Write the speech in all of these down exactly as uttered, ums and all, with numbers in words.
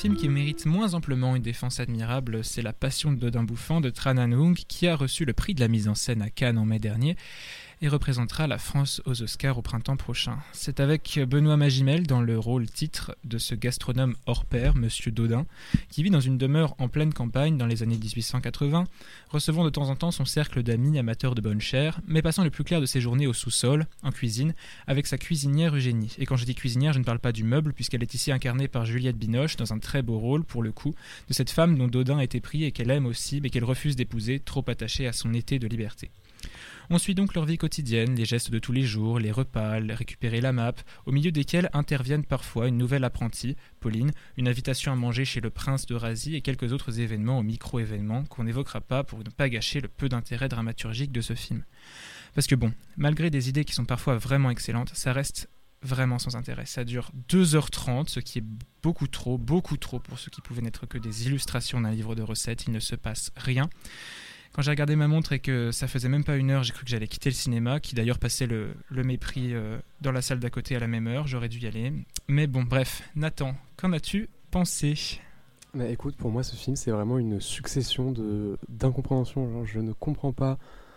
film qui mérite moins amplement une défense admirable, c'est La Passion de Dodin Bouffant de Tran Anh Hung, qui a reçu le prix de la mise en scène à Cannes en mai dernier et représentera la France aux Oscars au printemps prochain. C'est avec Benoît Magimel dans le rôle titre de ce gastronome hors pair, Monsieur Dodin, qui vit dans une demeure en pleine campagne dans les années dix-huit cent quatre-vingts, recevant de temps en temps son cercle d'amis amateurs de bonne chère, mais passant le plus clair de ses journées au sous-sol, en cuisine, avec sa cuisinière Eugénie. Et quand je dis cuisinière, je ne parle pas du meuble, puisqu'elle est ici incarnée par Juliette Binoche, dans un très beau rôle, pour le coup, de cette femme dont Dodin a été pris et qu'elle aime aussi, mais qu'elle refuse d'épouser, trop attachée à son été de liberté. On suit donc leur vie quotidienne, les gestes de tous les jours, les repas, récupérer la map, au milieu desquels interviennent parfois une nouvelle apprentie, Pauline, une invitation à manger chez le prince de Razy et quelques autres événements ou micro-événements qu'on n'évoquera pas pour ne pas gâcher le peu d'intérêt dramaturgique de ce film. Parce que bon, malgré des idées qui sont parfois vraiment excellentes, ça reste vraiment sans intérêt. Ça dure deux heures trente, ce qui est beaucoup trop, beaucoup trop pour ce qui pouvait n'être que des illustrations d'un livre de recettes. Il ne se passe rien. Quand j'ai regardé ma montre et que ça faisait même pas une heure, j'ai cru que j'allais quitter le cinéma, qui d'ailleurs passait le, le mépris euh, dans la salle d'à côté à la même heure. J'aurais dû y aller. Mais bon, bref. Nathan, qu'en as-tu pensé ? Bah écoute, pour moi, ce film, c'est vraiment une succession de, d'incompréhensions. Genre, je ne comprends pas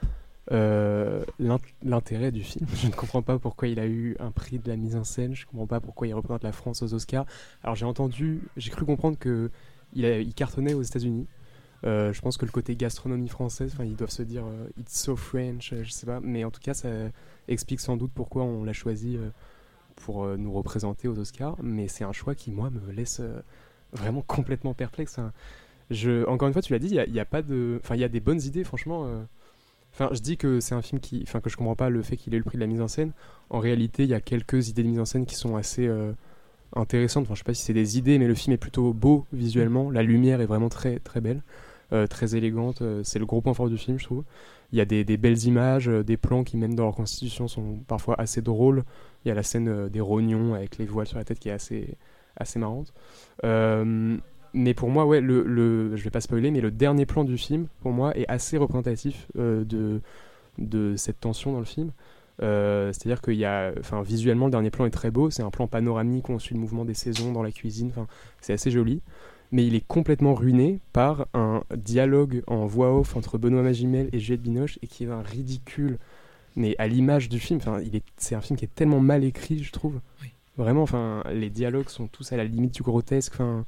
euh, l'int- l'intérêt du film. Je ne comprends pas pourquoi il a eu un prix de la mise en scène. Je ne comprends pas pourquoi il représente la France aux Oscars. Alors j'ai entendu, j'ai cru comprendre qu'il il cartonnait aux États-Unis. Euh, je pense que le côté gastronomie française, enfin, ils doivent se dire euh, it's so French, euh, je sais pas, mais en tout cas, ça explique sans doute pourquoi on l'a choisi euh, pour euh, nous représenter aux Oscars. Mais c'est un choix qui, moi, me laisse euh, vraiment complètement perplexe. Hein. Je, encore une fois, tu l'as dit, il y a, y a pas de, enfin, il y a des bonnes idées, franchement. Euh... Enfin, je dis que c'est un film qui, enfin, que je comprends pas le fait qu'il ait eu le prix de la mise en scène. En réalité, il y a quelques idées de mise en scène qui sont assez euh, intéressantes. Enfin, je sais pas si c'est des idées, mais le film est plutôt beau visuellement. La lumière est vraiment très, très belle. Euh, très élégante, euh, c'est le gros point fort du film, je trouve. Il y a des, des belles images, euh, des plans qui, même dans leur constitution, sont parfois assez drôles. Il y a la scène euh, des rognons avec les voiles sur la tête qui est assez, assez marrante. Euh, mais pour moi, ouais, le, le, je vais pas spoiler, mais le dernier plan du film, pour moi, est assez représentatif euh, de, de cette tension dans le film. Euh, c'est-à-dire qu'il y a, enfin, visuellement, le dernier plan est très beau. C'est un plan panoramique où on suit le mouvement des saisons dans la cuisine. Enfin, c'est assez joli. Mais il est complètement ruiné par un dialogue en voix off entre Benoît Magimel et Juliette Binoche et qui est un ridicule, mais à l'image du film. Enfin, il est, c'est un film qui est tellement mal écrit, je trouve. Oui. Vraiment, enfin, les dialogues sont tous à la limite du grotesque. Enfin,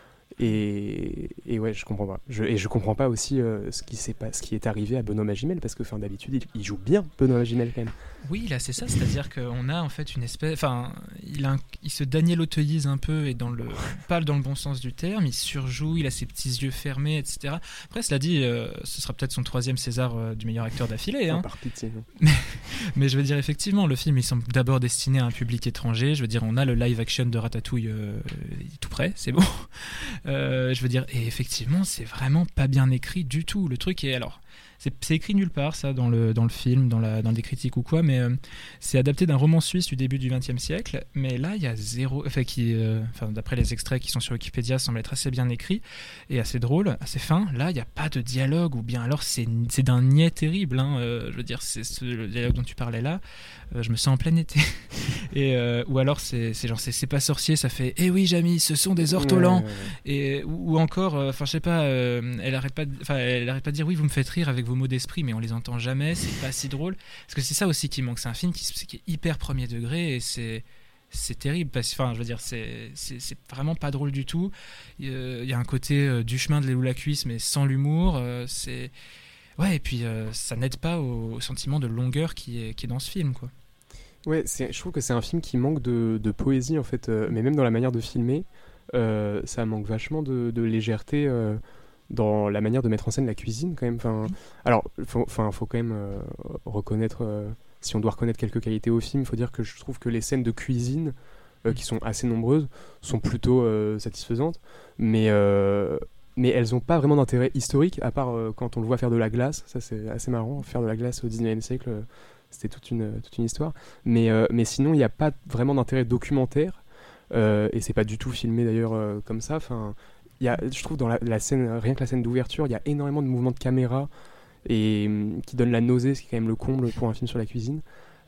et, et ouais, je comprends pas. Je, et je comprends pas aussi euh, ce qui s'est pas, ce qui est arrivé à Benoît Magimel, parce que, enfin, d'habitude, il, il joue bien Benoît Magimel quand même. Oui, là c'est ça, c'est-à-dire qu'on a en fait une espèce, enfin, il, a un... il se Daniel Auteuilise un peu et dans le, pas dans le bon sens du terme, il surjoue, il a ses petits yeux fermés, et cetera. Après, cela dit, euh, ce sera peut-être son troisième César euh, du meilleur acteur d'affilée. Hein. Par pitié. Mais, mais je veux dire, effectivement, le film il semble d'abord destiné à un public étranger. Je veux dire, on a le live action de Ratatouille euh, tout près, c'est bon. Euh, je veux dire, et effectivement, c'est vraiment pas bien écrit du tout. Le truc est alors. C'est, c'est écrit nulle part, ça, dans le, dans le film, dans, la, dans des critiques ou quoi, mais euh, c'est adapté d'un roman suisse du début du vingtième siècle, mais là, il y a zéro... Enfin, qui, euh, enfin, d'après les extraits qui sont sur Wikipédia, semble être assez bien écrit et assez drôle, assez fin. Là, il n'y a pas de dialogue, ou bien alors c'est, c'est d'un niais terrible. Hein, euh, je veux dire, c'est ce, le dialogue dont tu parlais là, euh, je me sens en plein été. et, euh, ou alors, c'est, c'est genre, c'est, c'est pas sorcier, ça fait « Eh oui, Jamy, ce sont des ortolans ouais, ouais, ouais. !» Et ou, ou encore, enfin, euh, je sais pas, euh, elle arrête pas, enfin, elle arrête pas de dire « Oui, vous me faites rire avec vos mots d'esprit, mais on les entend jamais, c'est pas si drôle. » Parce que c'est ça aussi qui manque, c'est un film qui, qui est hyper premier degré et c'est, c'est terrible. Parce, enfin, je veux dire, c'est, c'est, c'est vraiment pas drôle du tout. Il euh, y a un côté euh, du chemin de l'éloux la cuisse, mais sans l'humour. Euh, c'est... Ouais, et puis euh, ça n'aide pas au, au sentiment de longueur qui est, qui est dans ce film, quoi. Ouais, c'est, je trouve que c'est un film qui manque de, de poésie, en fait, euh, mais même dans la manière de filmer, euh, ça manque vachement de, de légèreté. Euh, dans la manière de mettre en scène la cuisine quand même. Enfin, alors, faut, enfin, faut quand même euh, reconnaître, euh, si on doit reconnaître quelques qualités au film, il faut dire que je trouve que les scènes de cuisine, euh, qui sont assez nombreuses, sont plutôt euh, satisfaisantes, mais, euh, mais elles n'ont pas vraiment d'intérêt historique, à part euh, quand on le voit faire de la glace. Ça, c'est assez marrant, faire de la glace au dix-neuvième siècle, euh, c'était toute une, toute une histoire. Mais, euh, mais sinon, il n'y a pas vraiment d'intérêt documentaire, euh, et c'est pas du tout filmé d'ailleurs euh, comme ça. Enfin, il y a, je trouve dans la, la scène, rien que la scène d'ouverture, il y a énormément de mouvements de caméra et, qui donnent la nausée, ce qui est quand même le comble pour un film sur la cuisine.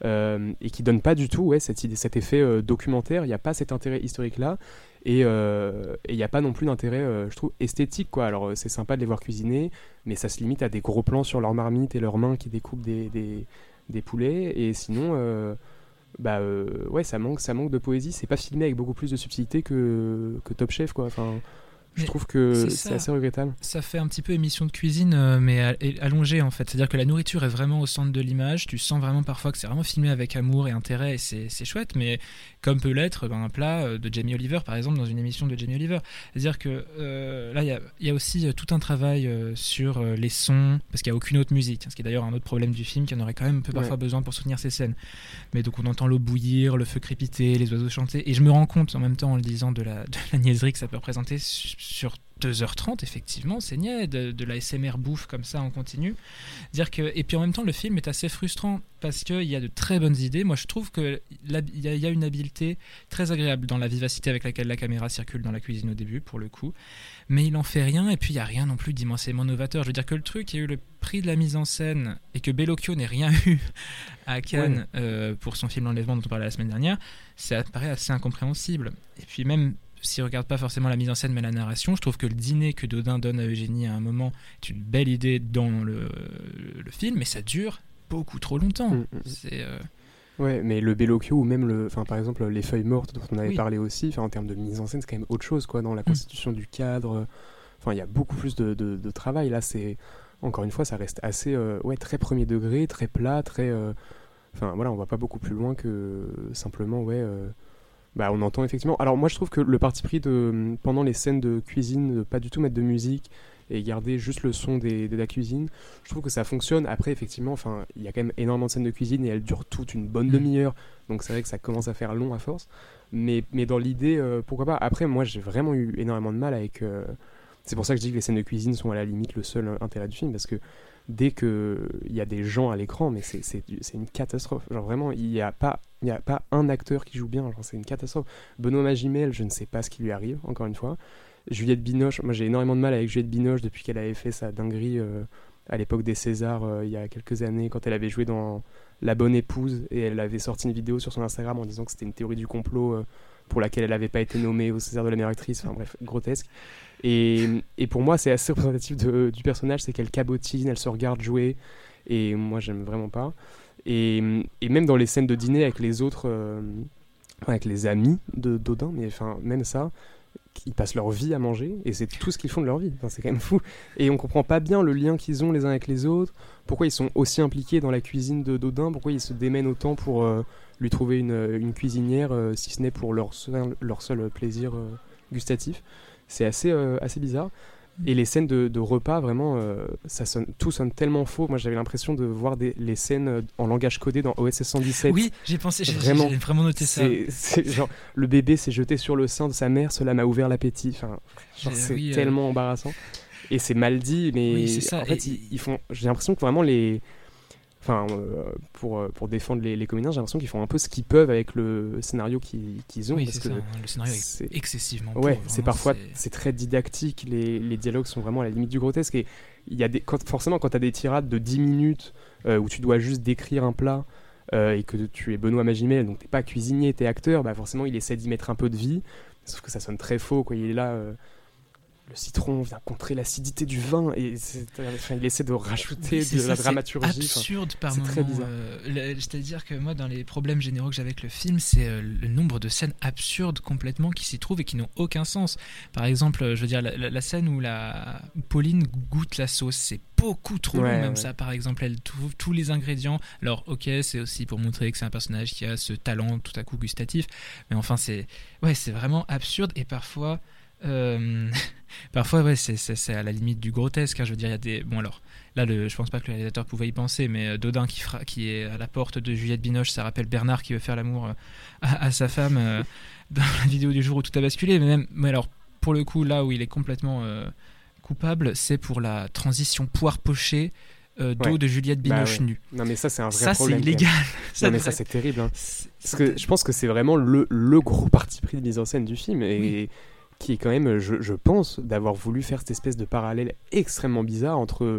euh, et qui donne pas du tout ouais, cette idée, cet effet euh, documentaire. Il n'y a pas cet intérêt historique-là. Et il euh, n'y a pas non plus d'intérêt, euh, je trouve, esthétique, quoi. Alors, euh, c'est sympa de les voir cuisiner, mais ça se limite à des gros plans sur leurs marmites et leurs mains qui découpent des, des, des poulets. Et sinon, euh, bah, euh, ouais, ça manque, ça manque de poésie. C'est pas filmé avec beaucoup plus de subtilité que, que Top Chef, quoi. Enfin, je Mais trouve que c'est c'est ça. assez regrettable. Ça fait un petit peu émission de cuisine, euh, mais à- et- allongée en fait. C'est-à-dire que la nourriture est vraiment au centre de l'image. Tu sens vraiment parfois que c'est vraiment filmé avec amour et intérêt, et c'est, c'est chouette, mais comme peut l'être ben, un plat euh, de Jamie Oliver, par exemple, dans une émission de Jamie Oliver. C'est-à-dire que euh, là, il y a, il y a aussi euh, tout un travail euh, sur euh, les sons, parce qu'il n'y a aucune autre musique, ce qui est d'ailleurs un autre problème du film, qu'il y en aurait quand même un peu parfois Ouais. besoin pour soutenir ces scènes. Mais donc on entend l'eau bouillir, le feu crépiter, les oiseaux chanter, et je me rends compte en même temps en le disant de la, de la niaiserie que ça peut représenter su- sur deux heures trente, effectivement, c'est niais, de, de la S M R bouffe comme ça en continu. Dire que, et puis en même temps, le film est assez frustrant parce qu'il y a de très bonnes idées. Moi, je trouve qu'il y, y a une habileté très agréable dans la vivacité avec laquelle la caméra circule dans la cuisine au début, pour le coup. Mais il en fait rien, et puis il n'y a rien non plus d'immensément novateur. Je veux dire que le truc, il y a eu le prix de la mise en scène et que Bellocchio n'ait rien eu à Cannes Ouais. euh, pour son film L'Enlèvement dont on parlait la semaine dernière, ça paraît assez incompréhensible. Et puis même s'il ne regarde pas forcément la mise en scène mais la narration, je trouve que le dîner que Dodin donne à Eugénie à un moment est une belle idée dans le, le film, mais ça dure beaucoup trop longtemps. Mm, mm. C'est, euh, Ouais, mais le Bellocchio ou même le, enfin par exemple les feuilles mortes dont on avait Oui. parlé aussi, enfin en termes de mise en scène c'est quand même autre chose quoi, dans la constitution du cadre. Enfin il y a beaucoup plus de, de, de travail là. C'est encore une fois ça reste assez euh, ouais très premier degré, très plat, très. euh, Enfin voilà on va pas beaucoup plus loin que simplement ouais. euh, Bah on entend effectivement. Alors moi je trouve que le parti pris de pendant les scènes de cuisine de pas du tout mettre de musique et garder juste le son des, de la cuisine, je trouve que ça fonctionne. Après effectivement, enfin il y a quand même énormément de scènes de cuisine et elles durent toute une bonne Mm. demi-heure, donc c'est vrai que ça commence à faire long à force. Mais mais dans l'idée, euh, pourquoi pas. Après moi j'ai vraiment eu énormément de mal avec. euh, C'est pour ça que je dis que les scènes de cuisine sont à la limite le seul euh, intérêt du film parce que dès que il y a des gens à l'écran, mais c'est c'est du- c'est une catastrophe. Genre vraiment il y a pas il y a pas un acteur qui joue bien. Genre c'est une catastrophe. Benoît Magimel, je ne sais pas ce qui lui arrive, encore une fois. Juliette Binoche, moi j'ai énormément de mal avec Juliette Binoche depuis qu'elle avait fait sa dinguerie euh, à l'époque des Césars, euh, il y a quelques années, quand elle avait joué dans La Bonne Épouse, et elle avait sorti une vidéo sur son Instagram en disant que c'était une théorie du complot euh, pour laquelle elle n'avait pas été nommée au César de la meilleure actrice, enfin bref, grotesque. Et, et pour moi c'est assez représentatif de- du personnage, c'est qu'elle cabotine, elle se regarde jouer, et moi j'aime vraiment pas. Et, et même dans les scènes de dîner avec les autres, euh, avec les amis de Dodin, mais enfin même ça, ils passent leur vie à manger et c'est tout ce qu'ils font de leur vie. Enfin, c'est quand même fou. Et on comprend pas bien le lien qu'ils ont les uns avec les autres, pourquoi ils sont aussi impliqués dans la cuisine de Dodin, pourquoi ils se démènent autant pour euh, lui trouver une, une cuisinière, euh, si ce n'est pour leur seul, leur seul plaisir euh, gustatif. C'est assez, euh, assez bizarre. Et les scènes de, de repas, vraiment, euh, ça sonne, tout sonne tellement faux. Moi, j'avais l'impression de voir des, les scènes euh, en langage codé dans O S S cent dix-sept. Oui, j'ai pensé, j'ai Vraiment. j'ai vraiment noté ça. C'est, c'est genre, le bébé s'est jeté sur le sein de sa mère, cela m'a ouvert l'appétit. Enfin, genre, J'ai- c'est oui, euh, tellement embarrassant. Et c'est mal dit, mais Oui, c'est ça. en fait, Et- ils, ils font. J'ai l'impression que vraiment les. Enfin, euh, pour, euh, pour défendre les, les comédiens, j'ai l'impression qu'ils font un peu ce qu'ils peuvent avec le scénario qu'ils, qu'ils ont. Oui, parce c'est que ça. Le scénario est c'est- excessivement Ouais, pauvre, c'est vraiment, parfois c'est- c'est très didactique, les, les dialogues sont vraiment à la limite du grotesque et il y a des quand, forcément quand tu as des tirades de dix minutes euh, où tu dois juste décrire un plat euh, et que tu es Benoît Magimel, donc t'es pas cuisinier, t'es acteur, bah forcément il essaie d'y mettre un peu de vie, sauf que ça sonne très faux quoi, il est là euh, le citron vient contrer l'acidité du vin et c'est- enfin, il essaie de rajouter Oui, c'est de ça, la c'est dramaturgie. enfin, absurde par c'est moment. très bizarre. euh, le- C'est-à-dire que moi, dans les problèmes généraux que j'ai avec le film, c'est euh, le nombre de scènes absurdes complètement qui s'y trouvent et qui n'ont aucun sens. Par exemple, euh, je veux dire, la, la- la scène où, la, où Pauline goûte la sauce, c'est beaucoup trop long, Ouais, même ouais. ça, par exemple. Elle trouve tous les ingrédients. Alors, ok, c'est aussi pour montrer que c'est un personnage qui a ce talent tout à coup gustatif, mais enfin, c'est ouais, c'est vraiment absurde et parfois. euh, Parfois, ouais, c'est, c'est, c'est à la limite du grotesque. Hein, je veux dire, il y a des. Bon, alors, là, le, je pense pas que le réalisateur pouvait y penser, mais euh, Dodin qui, fera, qui est à la porte de Juliette Binoche, ça rappelle Bernard qui veut faire l'amour euh, à, à sa femme euh, dans la vidéo du jour où tout a basculé. Mais même, mais alors, pour le coup, là où il est complètement euh, coupable, c'est pour la transition poire pochée euh, d'eau Ouais. de Juliette Bah Binoche ouais. nue. Non mais ça c'est un vrai Ça, problème. c'est quand même. illégal. Non mais devrait- ça c'est terrible. Hein. c'est- Parce que je pense que c'est vraiment le, le gros parti pris de mise en scène du film et qui est quand même, je, je pense, d'avoir voulu faire cette espèce de parallèle extrêmement bizarre entre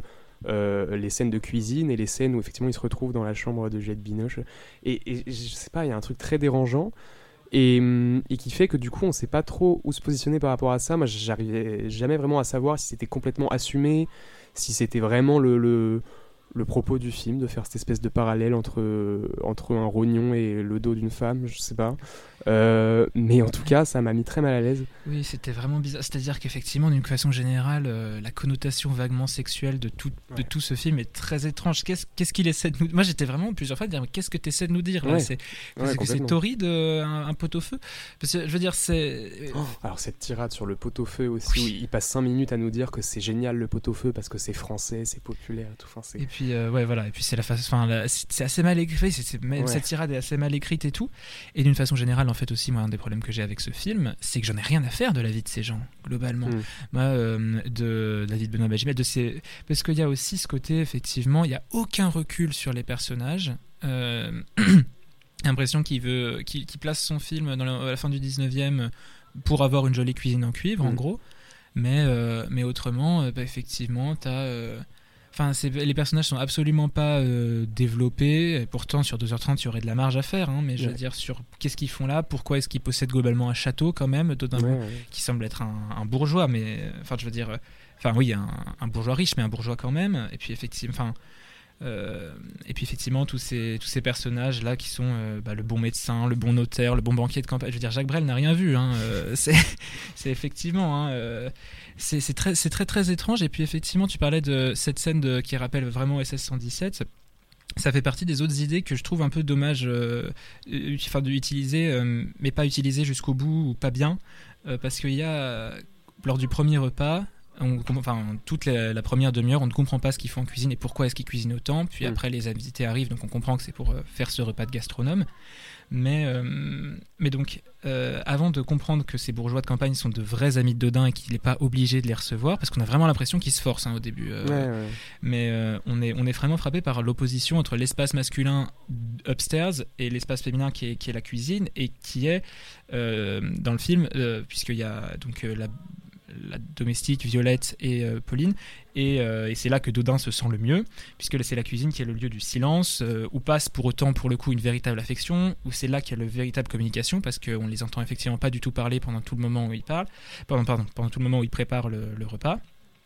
euh, les scènes de cuisine et les scènes où effectivement il se retrouve dans la chambre de Juliette Binoche. Et, et je sais pas, il y a un truc très dérangeant. Et, et qui fait que du coup on sait pas trop où se positionner par rapport à ça. Moi j'arrivais jamais vraiment à savoir si c'était complètement assumé, si c'était vraiment le, le, le propos du film de faire cette espèce de parallèle entre, entre un rognon et le dos d'une femme, je sais pas. Euh, mais en tout cas ça m'a mis très mal à l'aise. Oui, c'était vraiment bizarre, c'est à dire qu'effectivement d'une façon générale euh, la connotation vaguement sexuelle de tout, de Ouais. tout ce film est très étrange. Qu'est-ce, qu'est-ce qu'il essaie de nous... Moi j'étais vraiment plusieurs fois à dire mais qu'est-ce que tu essaies de nous dire là Ouais. c'est, Ouais, c'est que c'est complètement. torride euh, un, un pot-au-feu parce que je veux dire c'est... Oh, alors cette tirade sur le pot-au-feu aussi, Oui. où il passe cinq minutes à nous dire que c'est génial le pot-au-feu parce que c'est français, c'est populaire et tout. Enfin, c'est... Et puis euh, ouais voilà et puis c'est la face enfin la- c'est c'est assez mal écrit c'est, c'est- même Ouais. cette tirade est assez mal écrite et tout et d'une façon générale en fait aussi moi un des problèmes que j'ai avec ce film c'est que j'en ai rien à faire de la vie de ces gens globalement Mm. moi euh, de, de la vie de Benoît Magimel de ces parce qu'il y a aussi ce côté effectivement il y a aucun recul sur les personnages euh... l'impression qu'il veut qu'il, qu'il place son film dans la, à la fin du dix-neuvième pour avoir une jolie cuisine en cuivre Mm. en gros mais euh, mais autrement euh, bah, effectivement t'as euh, Enfin, c'est, les personnages sont absolument pas euh, développés. Et pourtant, sur deux heures trente, il y aurait de la marge à faire. Hein, mais je veux Ouais. dire, sur qu'est-ce qu'ils font là, pourquoi est-ce qu'ils possèdent globalement un château quand même, Dodin, Ouais, ouais. qui semble être un, un bourgeois, mais euh, enfin, je veux dire, euh, enfin oui, un, un bourgeois riche, mais un bourgeois quand même. Et puis effectivement, enfin. Euh, et puis effectivement tous ces, tous ces personnages là qui sont euh, bah, le bon médecin, le bon notaire, le bon banquier de campagne, je veux dire Jacques Brel n'a rien vu hein, euh, c'est, c'est effectivement hein, euh, c'est, c'est, très, c'est très très étrange. Et puis effectivement tu parlais de cette scène de, qui rappelle vraiment S S cent dix-sept, ça fait partie des autres idées que je trouve un peu dommage euh, euh, enfin, d'utiliser euh, mais pas utiliser jusqu'au bout ou pas bien euh, parce qu'il y a euh, lors du premier repas on, enfin, toute la, la première demi-heure, on ne comprend pas ce qu'ils font en cuisine et pourquoi est-ce qu'ils cuisinent autant. Puis Mm. après, les invités arrivent, donc on comprend que c'est pour euh, faire ce repas de gastronome. Mais, euh, mais donc, euh, avant de comprendre que ces bourgeois de campagne sont de vrais amis de Dodin et qu'il n'est pas obligé de les recevoir, parce qu'on a vraiment l'impression qu'ils se forcent hein, au début. Euh, Ouais, ouais. Mais euh, on, est, on est vraiment frappé par l'opposition entre l'espace masculin upstairs et l'espace féminin qui est, qui est la cuisine et qui est euh, dans le film, euh, puisqu'il y a donc euh, la la domestique Violette et euh, Pauline et, euh, et c'est là que Dodin se sent le mieux puisque c'est la cuisine qui est le lieu du silence euh, où passe pour autant pour le coup une véritable affection, où c'est là qu'il y a la véritable communication parce qu'on les entend effectivement pas du tout parler pendant tout le moment où ils parlent pardon, pardon, pendant tout le moment où ils préparent le, le repas,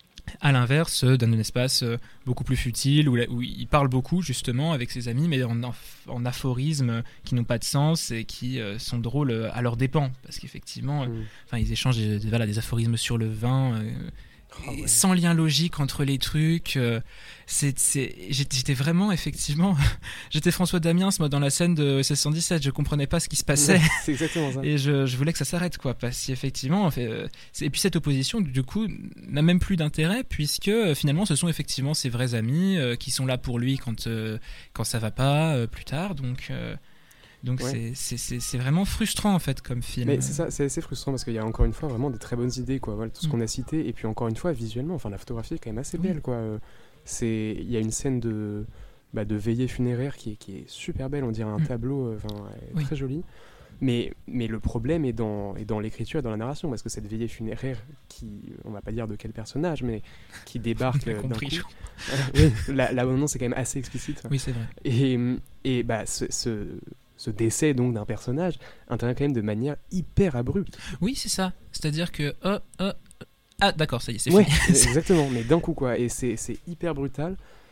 à l'inverse d'un espace beaucoup plus futile où, où il parle beaucoup justement avec ses amis mais en, en aphorismes qui n'ont pas de sens et qui euh, sont drôles à leurs dépens parce qu'effectivement Mm. enfin, ils échangent des, des, voilà, des aphorismes sur le vin euh, Oh, ouais. sans lien logique entre les trucs euh, c'est, c'est, j'étais vraiment effectivement j'étais François Damiens moi dans la scène de S S cent dix-sept, je comprenais pas ce qui se passait. C'est exactement ça. Et je, je voulais que ça s'arrête quoi parce qu'effectivement en fait, euh, et puis cette opposition du coup n'a même plus d'intérêt puisque euh, finalement ce sont effectivement ses vrais amis euh, qui sont là pour lui quand, euh, quand ça va pas euh, plus tard donc euh, donc Ouais. c'est, c'est, c'est, c'est vraiment frustrant en fait comme film. Mais c'est ça, c'est assez frustrant parce qu'il y a encore une fois vraiment des très bonnes idées, quoi. Voilà, tout ce Mm. qu'on a cité. Et puis encore une fois, visuellement, enfin, la photographie est quand même assez Oui. belle, quoi. Euh, C'est, il y a une scène de, bah, de veillée funéraire qui est, qui est super belle, on dirait un Mm. tableau, euh, enfin, elle est Oui. très jolie. Mais, mais le problème est dans, est dans l'écriture et dans la narration, parce que cette veillée funéraire, qui, on va pas dire de quel personnage, mais qui débarque On a euh, d'un compris, coup. je crois. oui, là, là maintenant c'est quand même assez explicite. Oui c'est vrai. Et, et bah, ce, ce, ce décès donc d'un personnage intervient quand même de manière hyper abrupte. Oui c'est ça, c'est-à-dire que oh, oh, ah d'accord ça y est c'est Ouais, fini. exactement, mais d'un coup quoi, et c'est, c'est hyper brutal.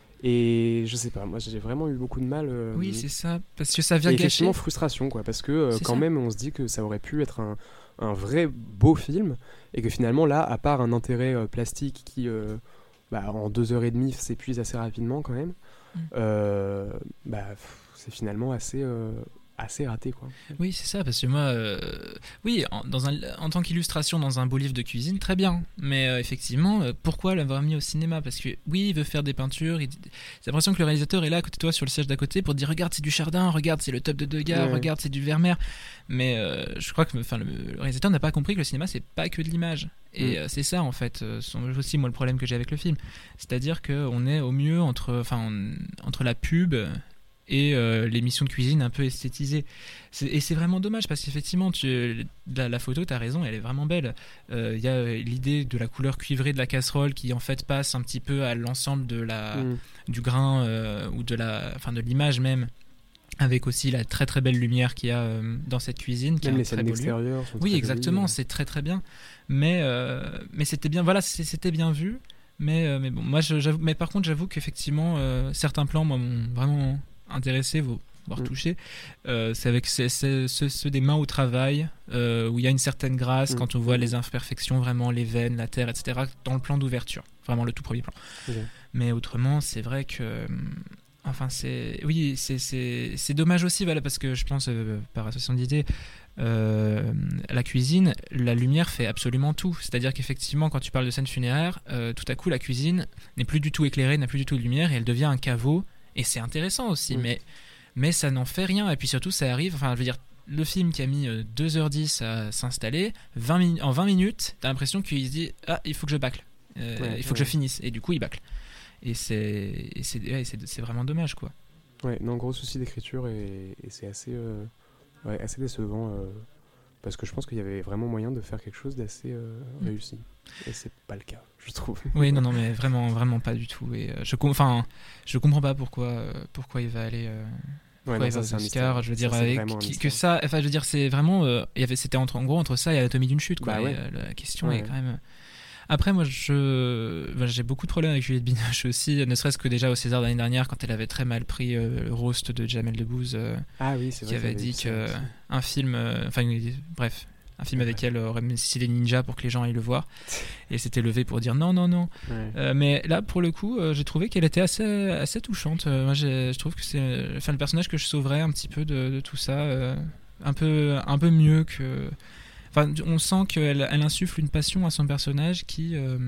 Et je sais pas, moi j'ai vraiment eu beaucoup de mal. euh, Oui c'est ça parce que ça vient et gâcher. effectivement frustration quoi, parce que euh, C'est quand ça. même on se dit que ça aurait pu être un, un vrai beau film et que finalement là, à part un intérêt euh, plastique qui euh, bah, en deux heures et demie s'épuise assez rapidement quand même, Mm. euh, bah pff, c'est finalement assez euh, assez raté quoi. Oui, c'est ça, parce que moi, euh, oui, en, dans un, en tant qu'illustration dans un beau livre de cuisine, très bien. Mais euh, effectivement, euh, pourquoi l'avoir mis au cinéma ? Parce que oui, il veut faire des peintures. Il, j'ai l'impression que le réalisateur est là à côté de toi sur le siège d'à côté pour te dire regarde, c'est du Chardin, regarde, c'est le top de Degas, Ouais. regarde, c'est du Vermeer. Mais euh, je crois que enfin, le, le réalisateur n'a pas compris que le cinéma, c'est pas que de l'image. Et Mm. euh, c'est ça, en fait, euh, son, aussi, moi, le problème que j'ai avec le film. C'est-à-dire qu'on est au mieux entre, enfin, on- entre la pub et euh, l'émission de cuisine un peu esthétisée. C'est, et c'est vraiment dommage parce qu'effectivement, tu, la, la photo, tu as raison, elle est vraiment belle. Il euh, y a l'idée de la couleur cuivrée de la casserole qui en fait passe un petit peu à l'ensemble de la, mmh. du grain euh, ou de, la, enfin, de l'image même. Avec aussi la très très belle lumière qu'il y a euh, dans cette cuisine. Qui Même est les scènes d'extérieur sont Oui, très exactement, jolies. c'est très très bien. Mais, euh, mais c'était bien, voilà, c'était bien vu. Mais, euh, mais bon, moi, je, j'avoue, mais par contre, j'avoue qu'effectivement, euh, certains plans moi, m'ont vraiment intéressé, voire mm. touché. Euh, c'est avec ceux, ceux, ceux des mains au travail, euh, où il y a une certaine grâce mm. quand on voit mm. les imperfections, vraiment les veines, la terre, et cetera, dans le plan d'ouverture. Vraiment le tout premier plan. Okay. Mais autrement, c'est vrai que. Enfin, c'est. Oui, c'est, c'est, c'est dommage aussi, voilà, parce que je pense, euh, par association d'idées, euh, la cuisine, la lumière fait absolument tout. C'est-à-dire qu'effectivement, quand tu parles de scène funéraire, euh, tout à coup, la cuisine n'est plus du tout éclairée, n'a plus du tout de lumière, et elle devient un caveau. Et c'est intéressant aussi, mmh. mais, mais ça n'en fait rien. Et puis surtout, ça arrive. Enfin, je veux dire, le film qui a mis euh, deux heures dix à s'installer, vingt min- en vingt minutes, t'as l'impression qu'il se dit ah, il faut que je bâcle, euh, ouais, il faut ouais. que je finisse. Et du coup, il bâcle. Et c'est, et c'est, ouais, c'est, c'est vraiment dommage, quoi. Ouais, non, gros souci d'écriture et, et c'est assez, euh, ouais, assez décevant euh, parce que je pense qu'il y avait vraiment moyen de faire quelque chose d'assez euh, mmh. réussi. Et c'est pas le cas, je trouve. Oui, non, non, mais vraiment, vraiment pas du tout. Et euh, je, enfin, je comprends pas pourquoi, euh, pourquoi il va aller. Euh... Ouais, non, ça, c'est Oscar, je veux dire, ça, avec, qui, que ça, enfin, je veux dire, c'est vraiment, euh, il y avait, c'était entre, en gros entre ça et Anatomie d'une chute, quoi. Bah ouais. Et, euh, la question ouais. est quand même. Après, moi, je, ben, j'ai beaucoup de problèmes avec Juliette Binoche aussi, ne serait-ce que déjà au César l'année dernière, quand elle avait très mal pris euh, le roast de Jamel Debbouze, euh, ah oui, c'est qui vrai, avait dit qu'un film, euh, enfin, bref, un film ouais. avec elle aurait nécessité des ninjas pour que les gens aillent le voir, et s'était levé pour dire non, non, non. Ouais. Euh, mais là, pour le coup, euh, j'ai trouvé qu'elle était assez, assez touchante. Euh, moi, j'ai, je trouve que c'est, enfin, le personnage que je sauverais un petit peu de, de tout ça, euh, un peu, un peu mieux que. Enfin, on sent qu'elle elle insuffle une passion à son personnage qui, euh,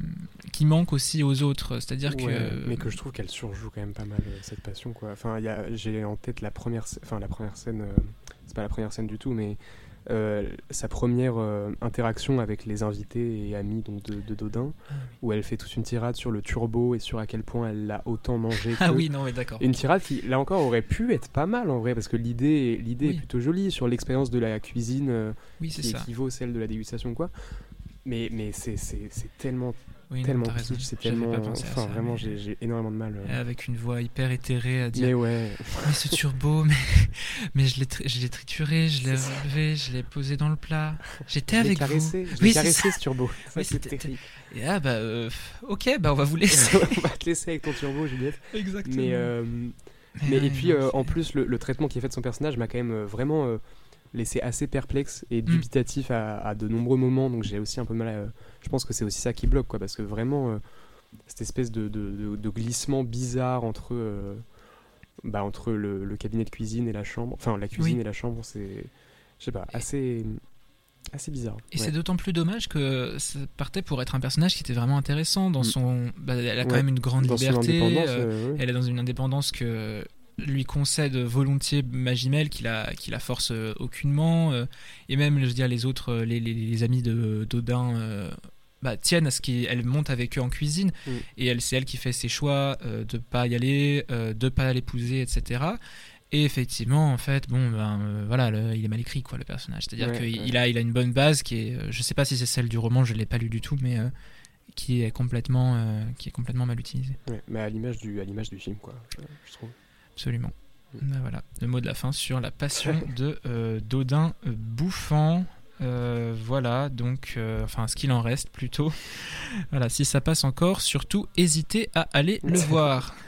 qui manque aussi aux autres. C'est-à-dire ouais, que. Mais que je trouve qu'elle surjoue quand même pas mal euh, cette passion, quoi. Enfin, y a, j'ai en tête la première, enfin la première scène. Euh, c'est pas la première scène du tout, mais euh, sa première euh, interaction avec les invités et amis donc de, de Dodin, ah, oui. où elle fait toute une tirade sur le turbo et sur à quel point elle l'a autant mangé. Ah oui, non, mais d'accord. Une tirade qui, là encore, aurait pu être pas mal en vrai, parce que l'idée, l'idée oui. est plutôt jolie sur l'expérience de la cuisine euh, oui, c'est qui ça. équivaut à celle de la dégustation, quoi. Mais, mais c'est, c'est, c'est tellement. Oui, tellement non, kitsch, c'est tellement. Enfin, ça, vraiment, mais... j'ai, j'ai énormément de mal. Euh... Avec une voix hyper éthérée à dire. Mais ouais. Mais ce turbo, mais, mais je, l'ai tri... je l'ai trituré, je l'ai relevé, je l'ai posé dans le plat. J'étais je avec caressé, vous. Je l'ai oui, caressé ce turbo. Ça, oui, c'est terrible. Et ah, bah, euh, ok, bah, on va vous laisser. On va te laisser avec ton turbo, Juliette. Exactement. Mais, euh, mais, mais ouais, et puis, non, euh, en plus, le, le traitement qui est fait de son personnage m'a quand même euh, vraiment. Euh, laissé assez perplexe et dubitatif mm. à, à de nombreux moments, donc j'ai aussi un peu de mal à, je pense que c'est aussi ça qui bloque, quoi, parce que vraiment euh, cette espèce de, de, de, de glissement bizarre entre, euh, bah, entre le, le cabinet de cuisine et la chambre, enfin la cuisine oui. et la chambre, c'est, je sais pas, assez, assez bizarre. Et ouais. c'est d'autant plus dommage que ça partait pour être un personnage qui était vraiment intéressant dans son, bah, elle a quand ouais. même une grande dans liberté, euh, euh, ouais. elle est dans une indépendance que lui concède volontiers Magimel, qui la, qui la force euh, aucunement, euh, et même je veux dire les autres, les, les, les amis de Dodin euh, bah, tiennent à ce qu'elle monte avec eux en cuisine, mm. et elle, c'est elle qui fait ses choix euh, de pas y aller, euh, de pas l'épouser, et cetera. Et effectivement, en fait, bon, ben euh, voilà, le, il est mal écrit, quoi, le personnage. C'est-à-dire ouais, qu'il ouais. il a, il a une bonne base qui est, je sais pas si c'est celle du roman, je l'ai pas lu du tout, mais euh, qui est complètement, euh, qui est complètement mal utilisée. Ouais, mais à l'image du, à l'image du film, quoi, je, je trouve. Absolument. Ben voilà, le mot de la fin sur la passion de euh, Dodin euh, Bouffant. Euh, voilà, donc, euh, enfin, ce qu'il en reste plutôt. Voilà, si ça passe encore, surtout, hésitez à aller le voir.